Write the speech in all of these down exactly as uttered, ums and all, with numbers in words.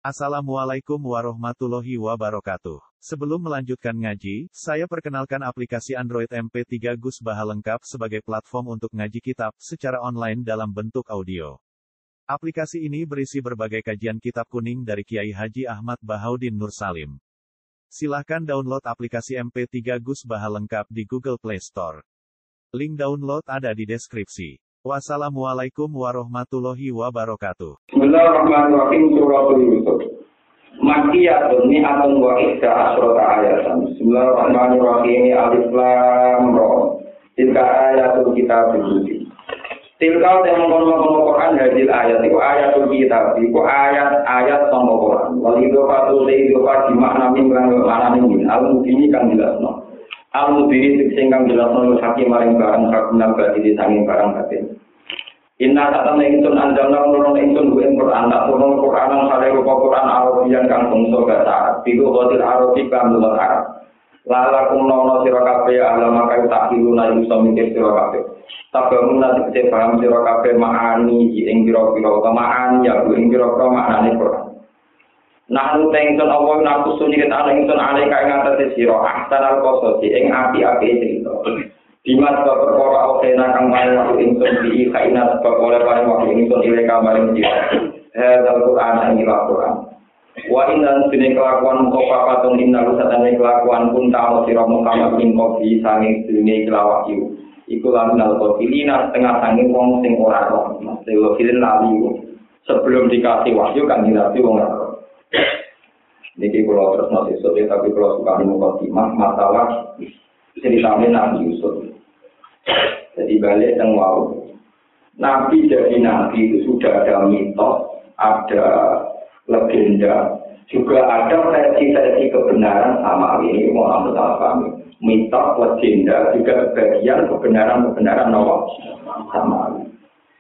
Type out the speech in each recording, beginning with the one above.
Assalamualaikum warahmatullahi wabarakatuh. Sebelum melanjutkan ngaji, saya perkenalkan aplikasi Android M P tiga Gus Baha lengkap sebagai platform untuk ngaji kitab secara online dalam bentuk audio. Aplikasi ini berisi berbagai kajian kitab kuning dari Kiai Haji Ahmad Bahaudin Nur Salim. Silahkan download aplikasi M P tiga Gus Baha lengkap di Google Play Store. Link download ada di deskripsi. Wassalamualaikum warahmatullahi wabarakatuh. Bismillahirrahmanirrahim. Suratul Yusuf. Makkiyatun mi'atun wa ihda asyrata ayatan. Bismillahirrahmanirrahim. Alif lam ra. Tilka ayatul kitab suci. Tilka yang mengkono-kono Quran hadil ayat iku ayatul kitab. Iku ayat-ayat sanga Quran. Wal idhofatu li idhofati makna min lan maknane min. Al-mubini kang jelasno. Al-mubini sing kang jelasno hakim maring barang kagungan badhe sanging barang batin. Inna satana ingsun anjalna nurun ingsun buin Quran tak turun Quran ang sare rupa Quran Arabian kang bangsa basa Arab biku qatil Arabi kang luwih Arab lala kunono sira kabeh alama kaya tak diluna iso mikir sira kabeh tabangun lan dicek paham sira kabeh makani ing pira-pira kemaan ya ing pira-pira maknane Quran. Nah ingsun apa nafsu suni ket ana ingsun ale kaya ngatasi sira ahsanal qasasi ing api-api cerita. Dimas perkara awena kang maring waktu ingsun di kainat perkara paring waktu ingsun ile kamaring dia. Hadzal Qur'an ing Al-Qur'an. Wa inna sine kelakuan kopapatun inna rusatane kelakuan pun ta sira Muhammad ing kopi sanging dunya kelawak iku. Iku lan al-qafilina setengah sanging wong sing ora roh. Maksudnya filin lali sebelum dikasih wahyu kan dinasti wong ora roh. Niki kula terus nasi sore tapi kula suka mukadimah masalah ceritanya Nabi Yusuf. Jadi balik yang wow. Nabi jadi Nabi itu sudah ada mitos, ada legenda, juga ada versi-versi kebenaran sama ini. Mohon maaf kami. Mitos, legenda, juga bagian kebenaran-kebenaran nomor sama ini.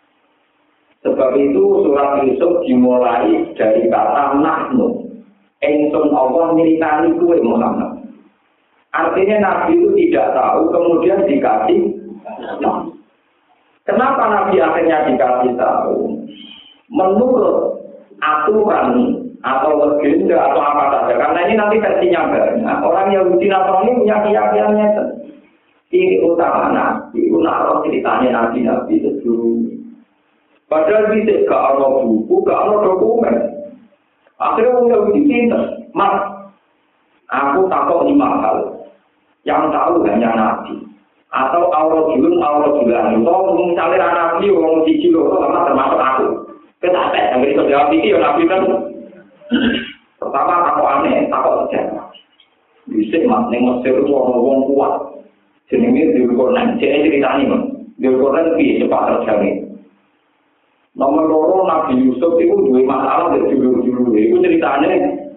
Sebab itu surat Yusuf dimulai dari kata nahnu. Engsun Allah militani kuwe Muhammad. Artinya Nabi itu tidak tahu, kemudian dikasih tahu. Kenapa Nabi akhirnya dikasih tahu? Menurut aturan atau legenda atau apa saja, karena ini nanti versinya banyak. Orang Yahudi Nasrani punya keyakinannya. Ini utama Nabi, unaroh ceritanya Nabi-Nabi itu dulu. Padahal bisa gak ada buku, gak ada dokumen. Akhirnya orang Yahudi pinter, Mas, aku takut lima hal. Yang tahu hanya Nabi. Atau Allah julun, Allah julan. Kalau misalnya Nabi, orang cici loh, sama termasuk aku. Ketakut, yang bisa jawab ini, ya Nabi kan. Pertama, takut aneh, takut sejarah. Bisa, Mas, ini Mesir itu orang-orang kuat. Jenengnya Dzulqarnain. Jadi ceritanya, Mas. Dzulqarnain lebih cepat terjadi. Nomor dua, Nabi Yusuf itu dua masalah dari judul-judul. Itu ceritanya.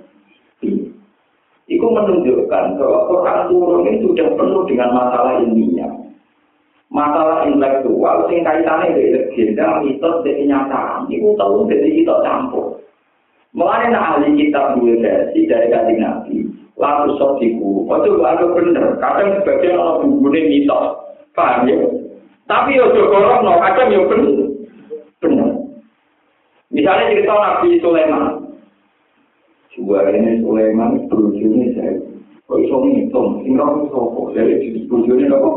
Itu menunjukkan bahwa Quran turun ini sudah penuh dengan masalah ilmiah. Masalah intelektual, yang kaitannya dengan legenda, mitos, dan kenyataan. Itu tahu dari kita campur. Mulai ahli kitab dua versi dari kajian Nabi. Lalu sotiku. Itu agak benar. Kadang sebagian orang bukunya mitos. Paham ya? Tapi ya juga orang kadang ya benar. Misalnya cerita Nabi Sulaiman. Juga ini Sulaiman berujungnya saya. Kok iso ngitung, tinggal sopok. Jadi berujungnya apa?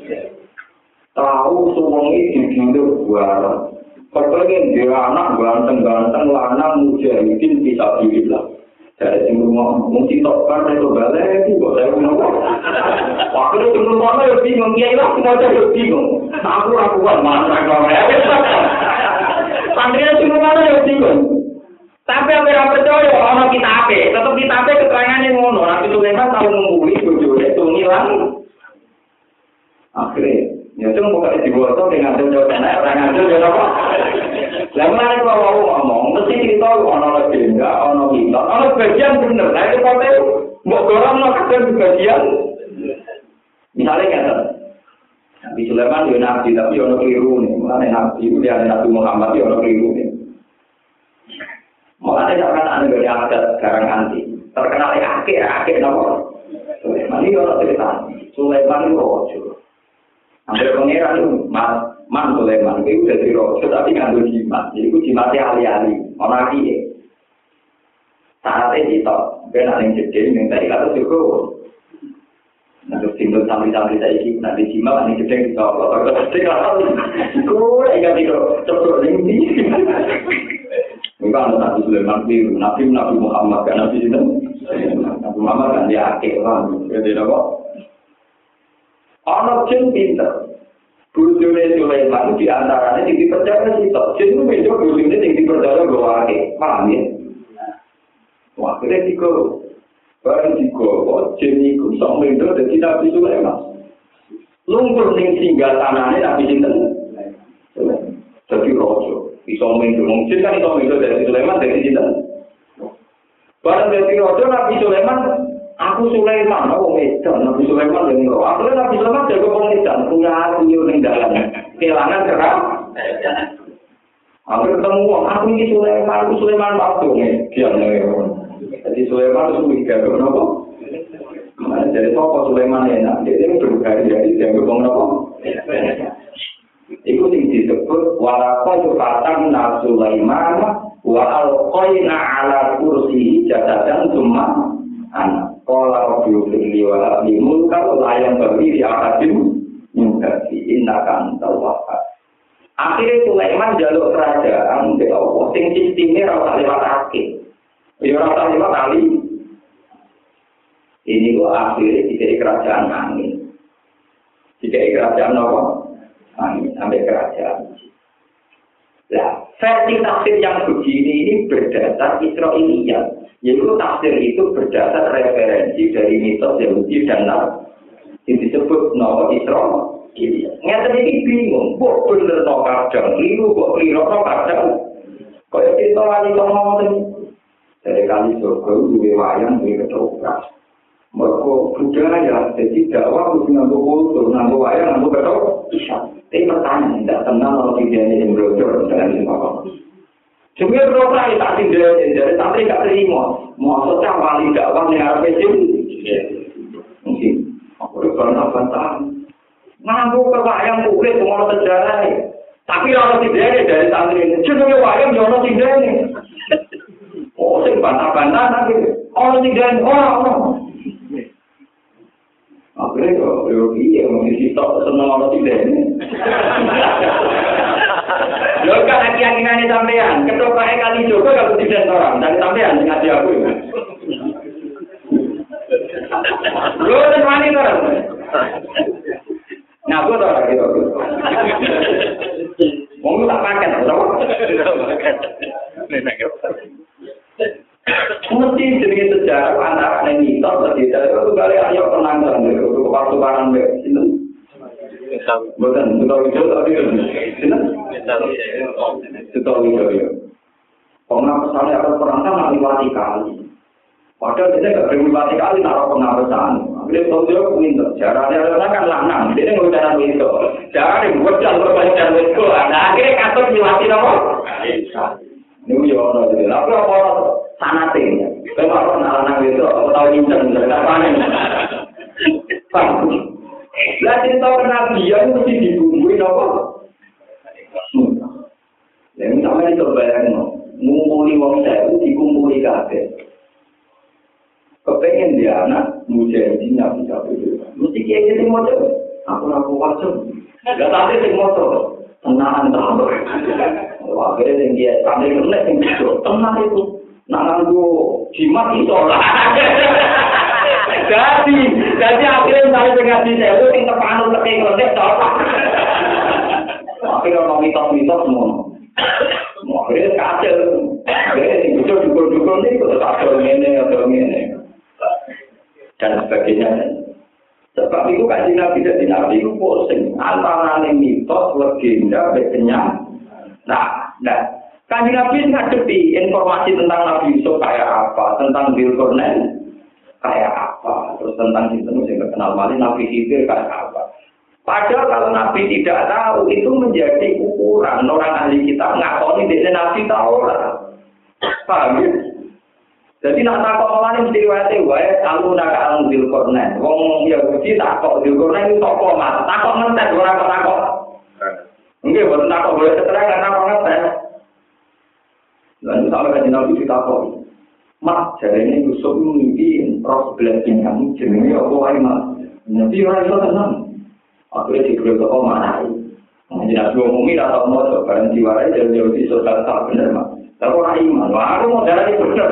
Tahu semuanya dibimbing buara. Pertanyaan dia anak ganteng-ganteng lanang mujahidin bisa dibilang. Dari sini rumah mungkin tokar itu balik itu kok saya punya apa? Waktu itu rumah saya bingung, ya lah semua saya bingung. Aku lakukan mana kalau ya? Santrinya semua mana ya bingung. Tapi apa yang percaya, orang kita apa? Tetap kita apa keterangannya ngono. Nabi Sulaiman tahu mengguli bujurnya itu ngilang. Akhirnya, ya itu bukan dibuat dengan jauh-jauh tanah, orang itu jauh apa? Lalu kalau mau ngomong, mesti kita orang legenda, orang kita, orang bagian benar. Nah itu kata mau dorong mau kadang bagian. Misalnya kan, Nabi Sulaiman dia nabi, tapi orang keliru nih. Mengenai nabi itu dia Nabi Muhammad dia orang keliru nih. Mulanya jangan anda dari adat garang anti. Terkenal akhir akhir nama Sulaiman ini orang cerita. Sulaiman itu rojo. Ambil pengiran itu mas man Sulaiman itu dari rojo tapi nggak ada jimat. Jadi itu jimatnya ahli-ahli orang dia. Syaratnya kita, ben ning jeding ning tarikat itu juga. Nah, tinggal sambil-sambil saya ini, nanti simak, nanti jeding kita, kalau jeding lah, itu ingat itu, coba ini. Enggak ada Nabi Sulaiman, Nabi Nabi Muhammad, kan Nabi itu, Nabi Muhammad kan dia akhir lah, jadi apa? Anak jin pintar, bujurnya Sulaiman di antaranya yang dipercaya kita, jin itu beda bujurnya yang dipercaya bahwa akhir, paham ya? Wah, akhirnya tiga. Barang tiga, jin itu sama itu dari Nabi Sulaiman. Lungkur ning singgah tanahnya Nabi Sulaiman. Jadi rojo. Bisa itu. Jin kan itu itu dari Sulaiman, dari Sulaiman. Barang dari rojo Nabi Sulaiman, aku Sulaiman, aku Medan. Nabi Sulaiman yang rojo. Akhirnya Nabi Sulaiman jago Medan. Punya hati yang dalam. Kehilangan gerak. Akhirnya ketemu, aku ini Sulaiman, aku Sulaiman waktu. Diam nih. Jadi Sulaiman itu juga kenapa? Jadi tokoh Sulaiman enak, jadi berkali-kali dia ngomong apa? Itu yang disebut walaqad fatanna Sulaiman wa alqaina ala kursihi jasadan tsumma an qala rabbi li wa li mulka la yanbaghi li ahadin min ba'di innaka antal wahhab. Akhirnya Sulaiman jaluk kerajaan ke Allah, sing sistemnya ora usah lewat akeh. Ya rata lima kali. Ini kok akhirnya tidak kerajaan angin. Tidak kerajaan apa? Angin sampai kerajaan. Nah, versi tafsir yang begini ini berdasar Israiliyat. Yaitu tafsir itu berdasar referensi dari mitos Yahudi dan Nabi. Ini disebut nama Israiliyat. Ngerti ini bingung. Kok bener no kadang? Liru kok liru no kadang? Kaya kita lagi ngomong ini. Dari kali surga, dua wayang, dua ketoprak. Mereka budaya, jadi dakwah harus nganggo kultur, nganggo wayang, nganggo ketoprak. Tapi pertanyaan, tidak tenang kalau tidak ini yang berjor dengan siapa. Cuma berapa ya tak tidak dari santri gak terima. Maksudnya wali dakwah yang harus pecim. Mungkin. Aku udah pernah bantah. Nganggo wayang kulit, ngomong sejarah. Tapi kalau tidak dari santri ini, cuma wayang, jangan tidak ini. Oh, sing bantah-bantah nanti. Orang tidak orang. Akhirnya kok, yo iya, mesti sitok seneng orang tidak ini. Yo kan keyakinannya sampean, ketopraknya kali Joko kalau tidak orang, dari sampean ngaji aku. Lo dan wanita orang. Ngaku tau lagi aku. Mau tak pakai, tau? Nenek mesti jenis sejarah antara mitos dan tidak itu kali ayo penanggalan itu kepasukaran itu bukan betul itu tadi betul itu pernah pesannya akan perangkat nanti mati kali padahal dia nggak berani mati kali naruh pengawasan dia tahu dia pinter caranya orang kan lanang dia nggak bicara itu cara dia buat jalur baca itu ada akhirnya kantor dilatih apa ini yo orang itu tapi apa sanate kalau anak-anak itu tahu incen dari kapan paham lah cerita kenabian mesti dibumbui apa yang sampai itu bayangin ngumpuli wong sewu dikumpuli kabeh kepengen dia anak mujahidin nabi kabeh mesti kiai sing moco aku ora kuat lah tapi sing moco tenang terus akhirnya sing dia sampai kena sing tenang itu nak nganggo jimat iso lah. Jadi, jadi akhirnya sampai dengan di sewu sing tepanut teke nglendek cocok. Akhirnya ono mitos-mitos semua. Akhirnya kacau. Akhirnya sing bojo dukur-dukur niku tetap ada ngene atau ngene. Dan sebagainya. Sebab itu kan Nabi jadi Nabi itu pusing antara mitos, legenda, kenyang. Nah, nah Kanjeng Nabi ngadepi informasi tentang Nabi Yusuf kayak apa, tentang Dzulkarnain kayak apa, terus tentang itu yang terkenal malih Nabi Khidir kayak apa. Padahal kalau Nabi tidak tahu itu menjadi ukuran orang ahli kita ngakoni dia Nabi tahu lah. Paham ya? Jadi nak takut malih mesti riwayate wae kalau nak alang Dzulkarnain. Wong Yahudi takut Dzulkarnain itu tokoh mas, takut ngentet ora kok takut. Nggih, boten takut boleh keterangan takut ngentet. Dan sampai ke Nabi ditakoi. Mak jarene Yusuf mimpi roh belatin kamu jenenge apa wae Mak. Nanti ora iso tenang. Akhirnya diberi toko marai. Jadi aku ngomongin atau mau barang diwarai jauh-jauh di sosial tak bener Mak. Tapi orang iman, wah aku mau darah itu bener.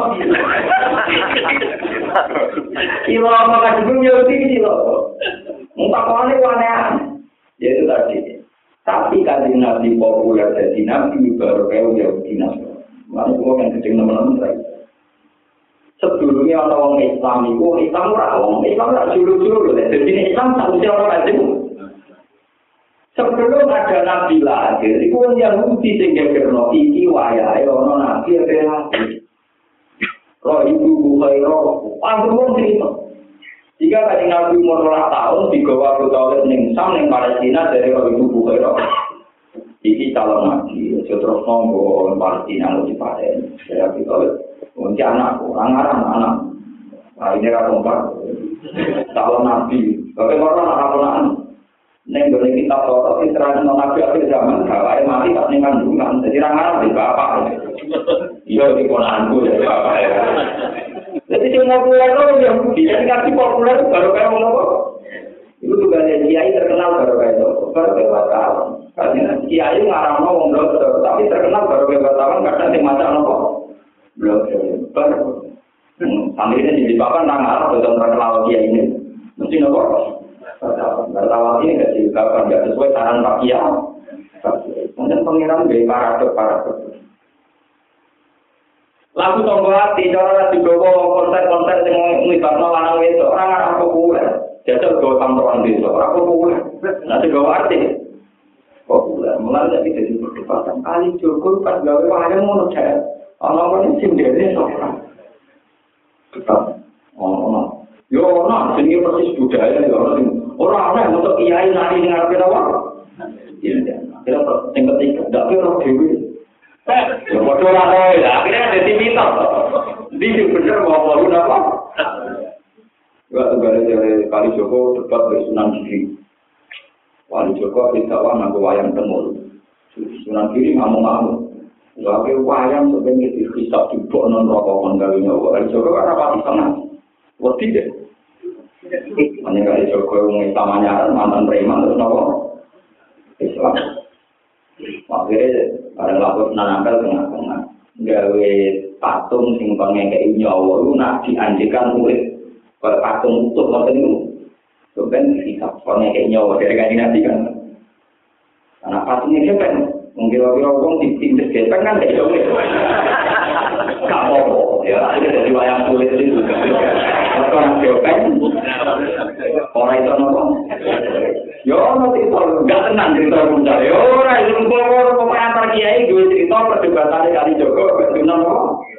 Kilo apa kan juga jauh tinggi loh. Muka kawannya aneh-aneh. Ya itu tadi. Tapi kalau Nabi populer jadi Nabi baru kayak jauh di Nabi. Mana gua kan kecil teman-teman saya. Sebelumnya orang Islam itu, Islam orang Islam tak julu-julu. Jadi Islam tak usah orang itu. Sebelum ada Nabi lahir, itu yang Yahudi sehingga kerana iki wayai orang Nabi ada lagi. Roh ibu bukai roh, panggul cerita. Jika tadi Nabi umur dua tahun, digawa ke Tauhid ning Sam ning Palestina dari roh ibu bukai roh. Iki calon Nabi, terus nonggo Palestina lu dipaten. Dari Tauhid. Untuk anakku, orang-orang anak. Nah ini kan tempat calon nabi. Bagaimana anak-anak? Neng dari kitab Taurat diterangkan nabi akhir zaman. Kalau mati tak ning kandungan. Jadi orang-orang di bapak. Iya di ponanku ya bapak ya. Jadi cuma populer loh yang bisa dikasih populer baru kayak ngomong apa? Itu juga ada kiai terkenal baru kayak itu. Baru kayak wartawan. Karena kiai ngarang ngomong betul, tapi terkenal baru kayak wartawan karena dia macam apa? Belum baru. Sambil ini di papan tangan atau terkenal dia ini. Mesti nopo. Wartawan ini nggak diungkapkan nggak sesuai saran Pak Kiai. Kemudian pengiran dari paradok paradok. Lagu tonggo hati, cara di bawah konser-konser yang melibatkan lanang itu orang orang populer. Jajal bawa tampilan desa orang populer. Nanti bawa arti populer. Mulai dari jadi perdebatan kali Joko pas gawe wahana mau cek. Orang-orang ini sendiri seorang. Tetap. Orang-orang. Ya orang, ini persis budaya. Orang-orang untuk kiai nari dengan apa apa? Iya, kita yang ketiga. Tidak perlu dewi. Ya bodoh lah, akhirnya ada di mitos. Ini benar mau baru apa? Juga kembali dari Kali Joko debat dari Sunan Giri. Kali Joko tidak wah wayang temul. Sunan Giri ngamuk-ngamuk. Lalu wayang sebenarnya dihisap di bawah non rokok menggalinya. Kali Joko kan apa di sana? Wati deh. Hanya Kali Joko yang Islamnya mantan preman terus nopo Islam. Akhirnya bareng lapor nanangkal tengah-tengah. Gawe patung sing pengekei nyawa itu nak dianjikan murid. Kalau patung utuh ngoten itu. Itu kan dihisap pengekei nyawa dari kaji nanti kan. Karena patungnya siapa? Mungkin-mungkin orang ditindas gesek kan tidak boleh. Gak apa-apa, ya. Ini dari wayang kulit itu juga. Kalau orang gesek, orang itu apa? Ya, nanti itu gak tenang cerita puncak. Ya, orang itu ngomong pemain antar kiai, gue cerita perdebatan Kali Joko, benar apa?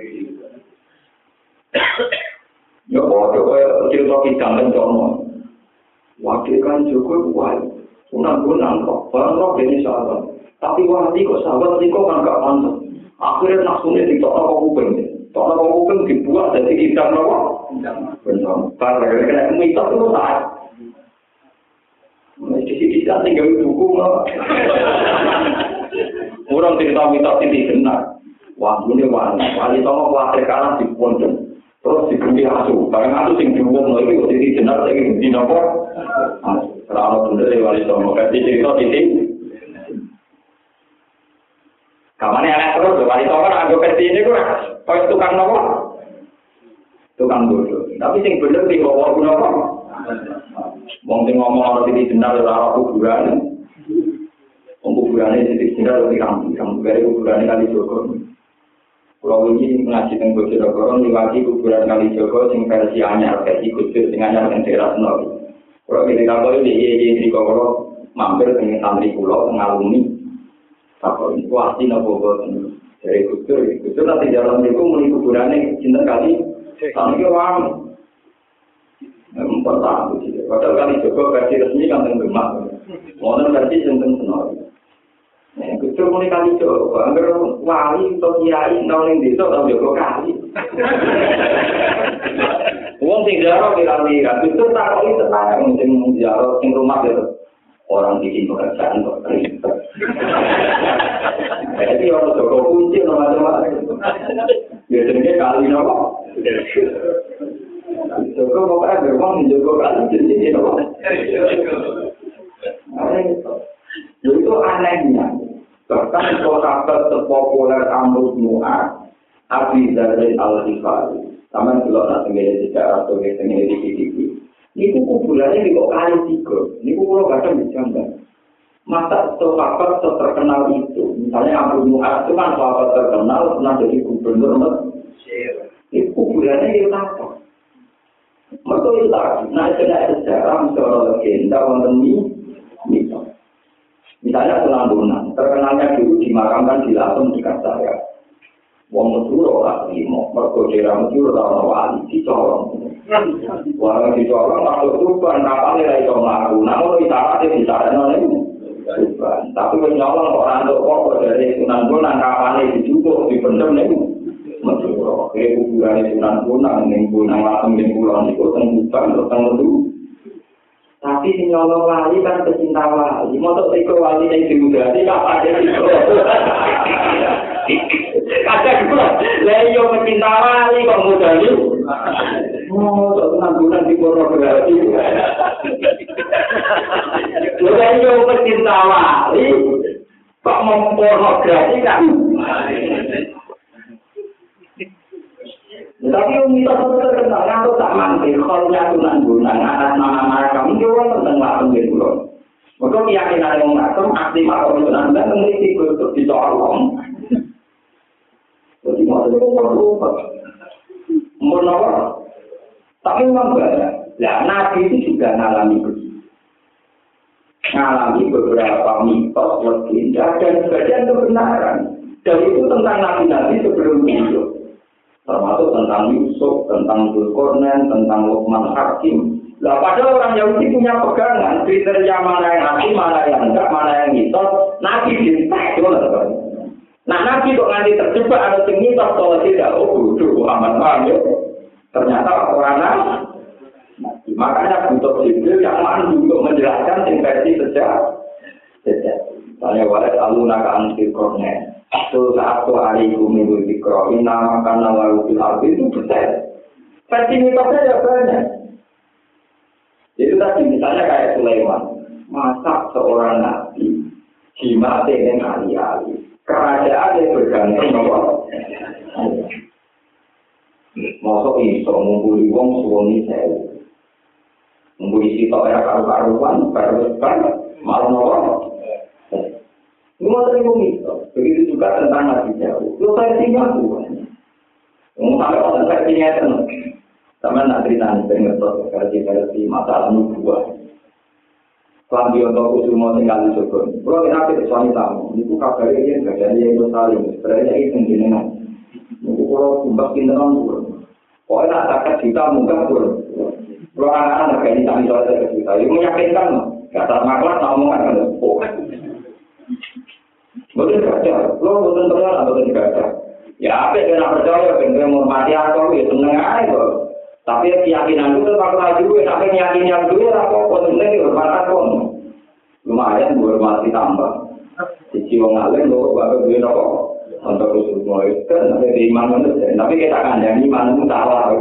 Ya, kalau cerita kita mencoba. Wakil Kali Joko, wah, unang-unang kok, barang-barang ini sahabat. Tapi wali kok sahabat ini kok kan gak pantas. Akhirnya nafsunya ditolak kuping. Tolak kuping dibuat dari hidang apa? Benar. Karena kena mitos itu saat. Di sini kita tinggal buku malah. Orang cerita mitos ini benar. Wah ini wali. Wali sama khawatir kalah di pondok. Terus diganti asuh. Karena asuh yang diumum lagi jadi benar lagi di nomor. Kalau benar wali sama kasih cerita titik. Kamane anak terus, wali toko nak anggo versi ini kok koyo tukang nopo? Tukang bodoh. Tapi sing bener sing bawa guna apa? Wong sing ngomong ora iki benar ora kuburan. Wong kuburane iki benar ora kampung, kampung bare kuburane Kali Joko. Kalau ini ngaji teng Bojonegoro liwati kuburan Kali Joko sing versi anyar, versi khusus sing anyar teng daerah Senawi. Kalau iki kapal iki iki kalau mampir teng santri kula ngalumi apa itu arti nopo dari kultur itu nanti jalan itu mulai kuburannya cinta kali kami orang empat tahun sih padahal Kali Joko versi resmi kan tenggemak mau versi tentang Senawi nah kultur mulai Kali Joko agar wali atau kiai nongeng desa atau Joko kali uang tinggal kira-kira kultur tak kali tenang mungkin menjarah sing rumah gitu orang bikin pekerjaan kok jadi orang Joko kunci macam-macam Biasanya kali nopo. Joko pokoknya beruang Joko kali jadi nopo. Itu anehnya. Bahkan sahabat terpopuler Amr bin Mu'ad, Abi Dzar Al-Ghifari, sama kalau nak tenggiri sejarah atau tenggiri di T V. Niku kuburannya di kok kali tiga. Niku kalau kadang bercanda. Masa sahabat terkenal itu, misalnya Amr bin Mu'ad itu kan sahabat terkenal pernah jadi gubernur Mesir. Itu kuburannya di apa? Mereka itu lagi. Nah, itu ada sejarah misalnya legenda wonten ini. Misalnya Sunan Bonang, terkenalnya dulu dimakamkan di Lampung dekat saya. Wong Madura ora trimo, mergo daerah Madura ora wali dicolong. Wong dicolong waktu Tuban kapale ra iso mlaku. Namun ditarate disarane niku. Tuban. Tapi wis nyolong kok ora entuk kok dari Sunan Bonang kapale dijupuk dipendem niku. Madura. Kaya kuburane Sunan Bonang ning Bonang Lampung ning kulon niku teng Tuban teng Medu. Tapi si nyolong wali kan pecinta wali. Motor teko wali yang diudari apa aja itu. Kadang pula, leyo pecinta wali kok mudani. Oh, tak bulan di pornografi. Leyo pecinta wali kok mempornografi kan? Tapi yang kita terkenal atau tak mandi, kalau Sunan Bonang atas nama mereka mungkin orang tentang langsung di pulau. Maka keyakinan yang langsung aktif atau Sunan Bonang memiliki untuk dicolong. Jadi mau itu berubah, menolak. Tapi memang banyak. Nah, Nabi itu juga mengalami begitu, mengalami beberapa mitos, legenda dan sebagian kebenaran. Dan itu tentang nabi-nabi sebelum itu. Termasuk tentang Yusuf, tentang Dzulkarnain, tentang Luqman Hakim. Nah, padahal orang Yahudi punya pegangan kriteria mana yang asli, mana yang enggak, mana yang mitos. Nabi ditek, nah Nabi kok nanti terjebak ada mitos kalau tidak, oh bodoh, Muhammad paham ya. Ternyata orang Nabi. Makanya butuh Jibril yang mandu untuk menjelaskan versi sejarah. Misalnya walet alunaka anti kornet. Itu saat hari bumi dikro, nama karena lalu filal itu besar. Versi mitosnya ya banyak. Itu tadi misalnya kayak Sulaiman, masa seorang nabi jima dengan alih-alih kerajaan yang bergantung nomor. Masuk iso mengguli wong suami saya, mengguli sitok era karu-karuan, karu-karuan malah nomor. Semua terima begitu juga tentang Nabi Dawud. Lu versinya bukan. Sampai orang versinya itu, sama nak cerita nih, pengen tahu versi-versi masalah nubuah. Kelambi untuk usul mau tinggal di Jogor. Kalau kita ke suami tamu, itu kabarnya dia nggak jadi yang bersaling. Sebenarnya itu jenengan. Itu kalau tumbas kinteran pun, pokoknya nak takat juta muka pun. Kalau anak-anak kayak ini kami soal takat juta, itu meyakinkan. Kata maklar, nak omongan kan, oh. Betul saja, lo betul terkenal atau tidak percaya? Ya apa yang nak percaya, yang menghormati aku ya seneng aja kok. Tapi keyakinan itu tak lagi gue, tapi keyakinan gue apa pun penting hormat aku. Lumayan hormati tambah. Cici wong alim lo, baru gue nopo untuk usul mulai kan ada di iman manusia. Tapi kita kan yang iman itu salah.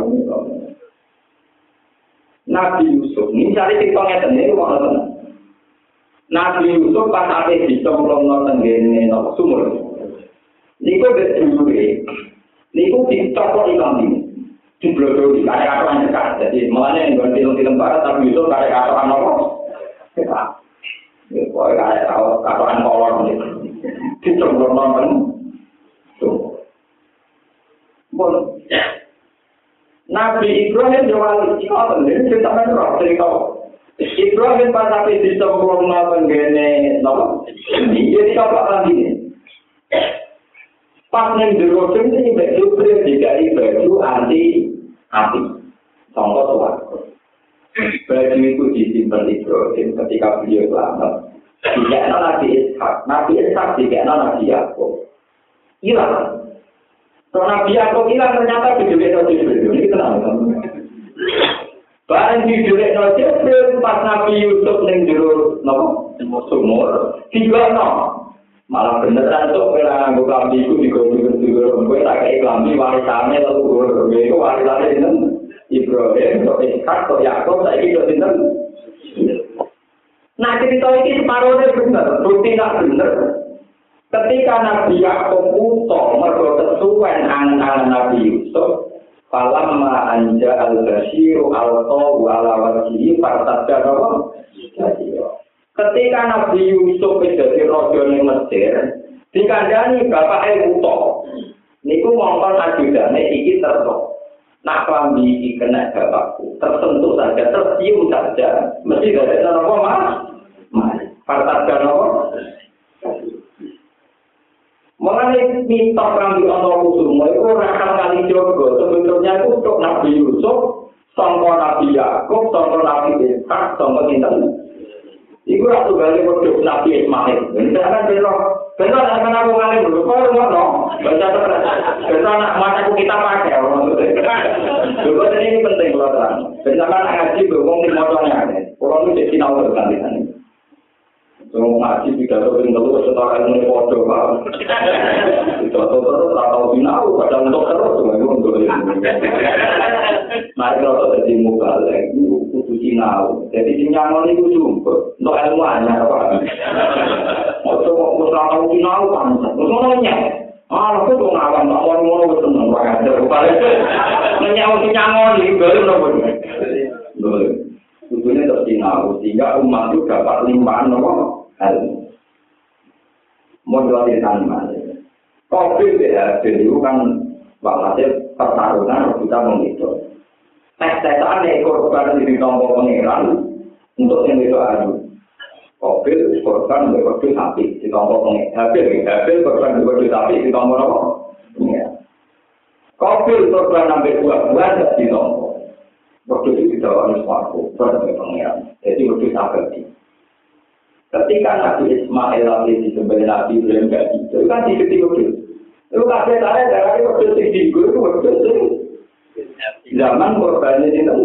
Nabi Yusuf ini cari tiktoknya sendiri mana? Nabi Yusuf pas ate dicemplung nang tenggene nang sumur. Niku wis dulure. Niku dicopot ilang iki. Diblodori kaya katoran dekat. Jadi mulane nggon film-film barat tapi Yusuf kaya katoran apa? Dekat. Ya kok kaya tau katoran kolor niku. Dicemplung nang sumur. Bon. Nabi Ibrahim jawab iki kok ngene cerita roh cerita. Ibrahim pas sampai di sempurna penggene nopo dia dicoba lagi pas neng dulu ini baju pribadi baju anti api contoh suara baju itu disimpan Ibrahim ketika beliau selamat tidak nabi Ishak nabi Ishak tidak nabi Yakub hilang so nabi Yakub hilang ternyata baju itu ini kenapa barang di jurek no Jibril pas Nabi Yusuf ning jero napa sumur tiga no Malah beneran tuh kowe ora nganggo klambi iku digowo-gowo kowe tak kei klambi warisane leluhur. Kowe iku warisane sinten? Ibrahim, kok Ishak, kok Yakub, saiki kok sinten? Nah, cerita ini separuhnya benar, bukti tak benar. Ketika Nabi Yakub utuh mergo kesuwen angan-angan Nabi Yusuf, falamma anja al-basyiru al-tawu ala wajhihi fartadda rawa. Ketika Nabi Yusuf jadi raja ning Mesir, dikandani bapake utuh. Niku mongkon ajudane iki terus. Nak klambi iki kena bapakku, tersentuh saja, tercium saja, mesti ada apa mas? Mas, fartadda rawa. Mengenai minta kami Allah Kusuma itu rakan kali jogo sebetulnya itu untuk Nabi Yusuf, sangka Nabi Yakub, sangka Nabi Ishak, sangka Intan. Iku ratu kali produk Nabi Ismail. Ini akan belok, belok akan aku kali dulu. Kau rumah dong, baca terus. Belok anak mataku kita pakai orang itu. Dulu ini penting kalau terang. Bersama ngaji berhubung di motornya. Orang itu jadi tahu berganti ini. Semua ngaji tidak tahu yang terus setelah ini foto pak. Tidak tahu terus atau sinau kadang untuk terus cuma itu untuk ini. Nah kalau jadi muka lagi itu sinau. Jadi sinau itu jumpa untuk ilmuannya apa? Waktu mau tahu sinau kan, semuanya. Ah, aku tuh ngawan tak mau mau betul nggak ada. Menyau sinau ini belum nopo. Belum. Tujuannya tersinau sehingga umat itu dapat limpahan nopo. Ilmu. Modal di sana. Covid ya, jadi itu kan waktu pertarungan kita menghitung. Tes-tesan korban di tombol pengiran untuk yang itu adu. Covid korban berkorban sapi di tombol pengiran. Habil, habil korban berkorban sapi di tombol apa? Pengiran. Covid korban sampai buah-buah di tombol. Waktu itu tidak harus waktu berkorban pengiran. Jadi waktu sapi. Ketika Nabi Ismail lagi disembelih Nabi Ibrahim gak gitu, itu kan diketik itu. Itu kasih saya dari waktu itu itu waktu itu zaman korbannya itu.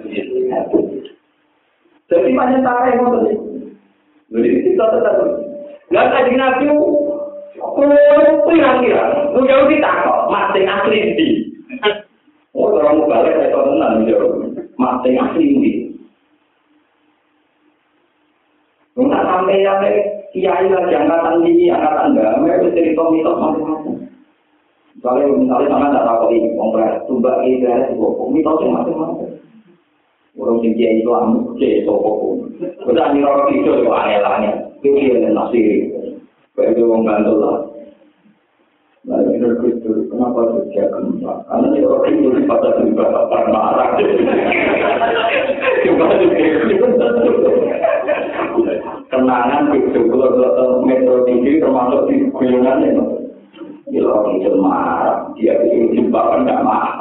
Jadi banyak cara yang mau tadi. Jadi kita tetap. Nggak tadi Nabi, oh pirang-pirang, lu jauh kita kok, mati asli di. Oh orang balik saya tahu tenang jauh, mati asli di. Enggak sampai yang kiai lagi angkatan tinggi, angkatan damai, itu cerita mitos macam-macam. Misalnya, misalnya sama tidak tahu ini, kompres, tumbak ini, dari sebuah mitosnya macam-macam. Orang tinggi Islam, kiai sopok. Kita ini orang tidur, itu aneh-aneh. Itu kiai dan nasiri. Kayak itu orang gantul lah. Nah, ini itu, kenapa dia kembang? Karena dia orang tidur pada juga pada marah. Cuma itu kenangan itu kalau metro tinggi termasuk di guyongan itu dia orang itu marah dia itu jumpa tidak marah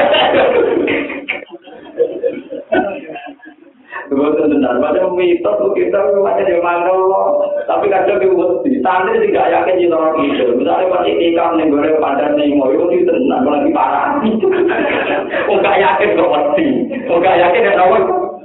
itu benar pada mitos kita macam dia manggal tapi kadang dia mesti santri tidak yakin di orang itu misalnya pas ikan yang goreng padan nih mau itu tenang lagi parah enggak yakin kok mesti enggak yakin ya tahu.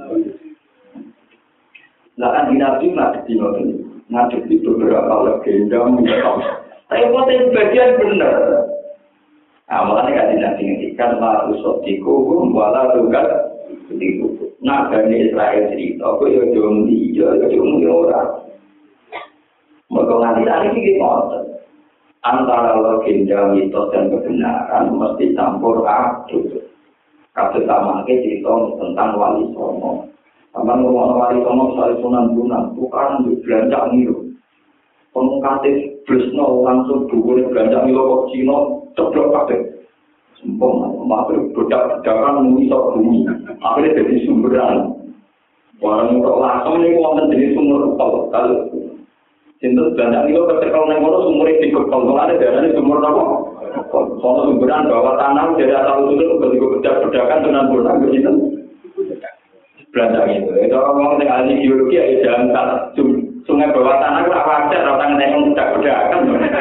Nah kan di Nabi nggak di Nabi ngadep itu beberapa legenda mitos. Tapi potensi bagian benar. Nah makanya kan di Nabi ngendikan lalu sotiku wala tugas itu. Nah Bani Israel cerita, aku ya jom dia, ya jom dia orang. Mereka ngasih hari ini ngotot. Antara legenda mitos dan kebenaran mesti campur aduk. Kasus sama cerita tentang Wali Songo. Sama ngomong wali songo misalnya Sunan Bonang, bukan belanja milo. Pengkatih Bresno langsung dua belanja milo kok Cina ceplok kabeh. Sumpah, makhluk bedak-bedakan mengisok bumi. Akhirnya jadi sumberan. Barang untuk langsung ini wonten jadi sumber kepal. Kalau cinta belanja milo ketekal nang kono sumure dikepal. Kalau ada darahnya sumber apa? Soal sumberan bawah tanah jadi asal usul begitu bedak-bedakan Sunan Bonang begitu. Belanja itu. Itu orang yang ahli geologi ya jalan sungai bawah tanah itu apa aja orang yang tidak berdagang.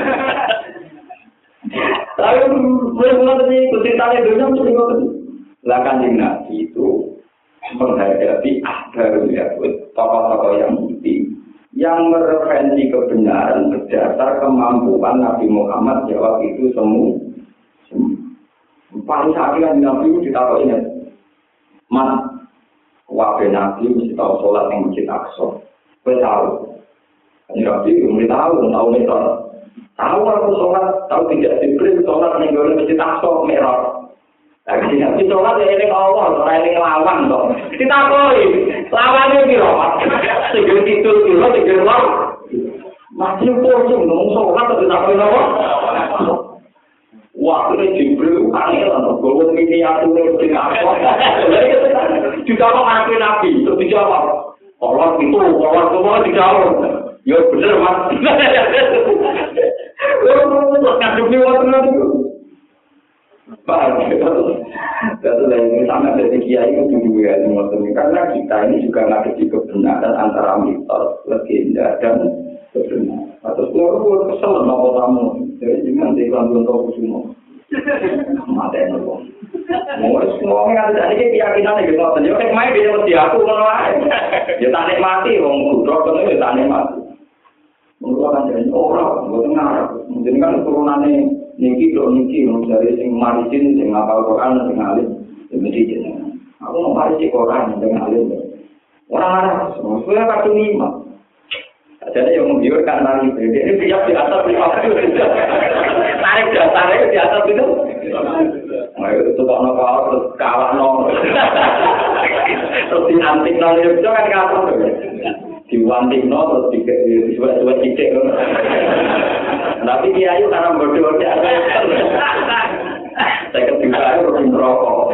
Tapi berhubungan dengan ceritanya dunia itu juga lakan di Nabi itu menghadapi ahdar ya tokoh-tokoh yang penting yang mereferensi kebenaran berdasar kemampuan Nabi Muhammad jawab itu semua. Paling sakit Nabi itu ditaruh ingat, Mas, wabah Nabi mesti tahu sholat yang Masjid Aqsa. Saya tahu. Nabi mesti tahu, tahu metode. Tahu aku sholat, tahu tidak diberi sholat yang boleh Masjid Aqsa merah. Lagi Nabi sholat ya ini Allah, orang ini lawan toh. Kita koi, lawannya di rumah. Segera tidur dulu, segera lawan. Masih pusing, ngomong sholat tapi tak boleh apa. Wah, ini Jibril aneh lah, gue miniatur di Aqsa. Juga mau ngakuin Nabi, terus dijawab. Allah itu, Allah semua dijawab. Ya bener mas. Terus ngaduknya waktu itu. Paham? Satu lagi sama dari kiai itu juga semua karena kita ini juga ngadepi kebenaran antara mitos, legenda dan kebenaran. Atau semua kesel nopo tamu. Jadi nanti langsung tahu semua. Mata yang nopo. Mau semua yang ada ini keyakinan gitu. Jadi kayak main dia mesti aku kalau ya tarik mati, wong kudrok itu ya tarik mati. Mengeluarkan dari orang, buat ngarap. Mungkin kan turunannya niki do niki, dari sing marisin, sing ngapal Quran, sing alim, sing medit. Aku mau marisin Quran, sing alim. Orang Arab, semuanya kartu lima. Jadi yang membiarkan tali ini siap di atas lima puluh. Tarik dasarnya di atas itu. Nah itu kok nol terus kalah nol. Terus diantik nol itu kan kalah. Diwanting no terus dibuat-buat titik. Tapi dia itu karena bodoh dia ada. Saya ketika itu merokok.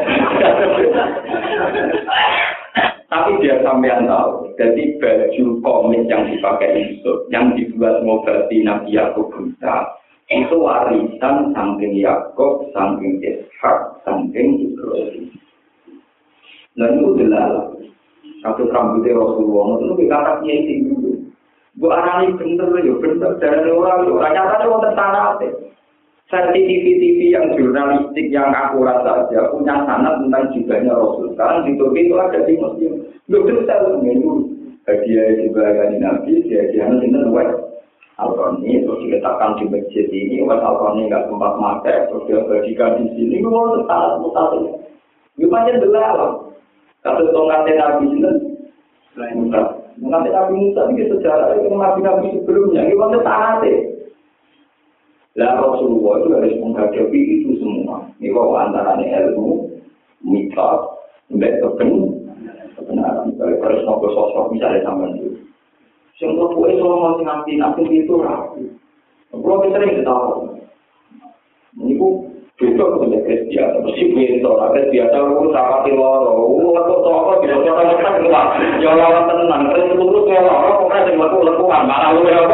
Tapi dia sampean tahu, jadi baju komik yang dipakai Yusuf, yang dibuat Mobati Nabi Yakub Buta, itu warisan saking Yakub, saking Ishak, saking Ibrahim. Dan itu jelas. Satu rambutnya Rasulullah, itu dikatakan kiai dulu. Bu arani bener ya bener dari orang itu, ternyata itu tertanah. Sertifikat T V yang jurnalistik yang akurat saja punya sanad tentang jibahnya Rasul. Sekarang di Turki itu ada di Muslim. Belum bisa minggu. Hadiah jibah Nabi, hadiah Nabi Wes Al-Qurani terus diletakkan di masjid ini. Wes Al-Qurani nggak sempat makai, terus dia bagikan di sini. Itu mau sanad mutasi. Itu macam belalang. Kata tongkatnya Nabi itu selain Musa. Nanti Nabi Musa itu sejarah itu Nabi-Nabi sebelumnya. Itu macam sanadnya. Lah Rasulullah itu harus menghadapi itu semua. Ini bahwa antaranya ilmu, mitos, kebenaran. Kalau harus ngobrol sosok misalnya sama itu. Sehingga kue semua masih nanti nanti itu rapi. Kalau kita sering ketahui, ini bu besok punya Kristian, mesti besok Kristian tahu siapa sih loro, waktu toko di bawah orang kita keluar, ya orang tenang, terus terus ya orang pokoknya dengan waktu lekuan, malah lu ya apa?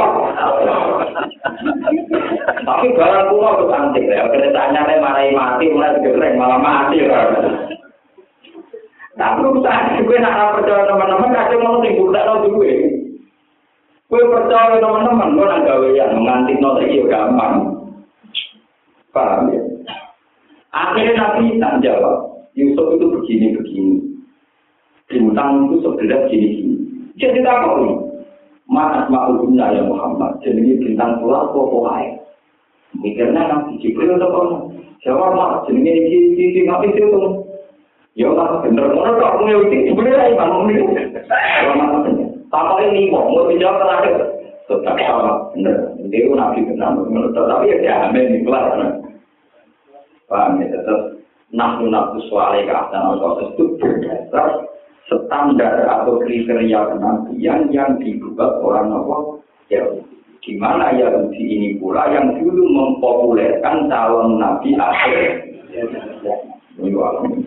Tapi barang kuno itu cantik ya, keretanya marai mati, mulai digereng malah mati kan. Tapi usaha gue nak percaya teman-teman, kadang mau tinggal tak tahu gue. Gue percaya teman-teman, gue nak gawe yang menganti nol lagi gampang. Paham ya? Akhirnya Nabi tak jawab, Yusuf itu begini-begini. Bintang itu sebelah gini-gini. Jadi tak tahu. Maaf ma'ulumna ya Muhammad. Jadi bintang pulau kok air. Mikirnya Nabi Jibril atau apa? Jawab mak, jadi ini gini Nabi itu. Ya Allah bener. Mana tak punya itu sebenarnya imam ini. Tanpa ini mau dijawab terakhir. Tetap sama bener. Dia Nabi benar menurut tapi ya jamin di kelas. Paham ya, tetap nafsu nafsu soalnya keadaan proses itu berdasar standar atau kriteria kenabian yang dibuat orang apa ya, di mana Yahudi ini pula yang dulu mempopulerkan calon nabi akhir. Ini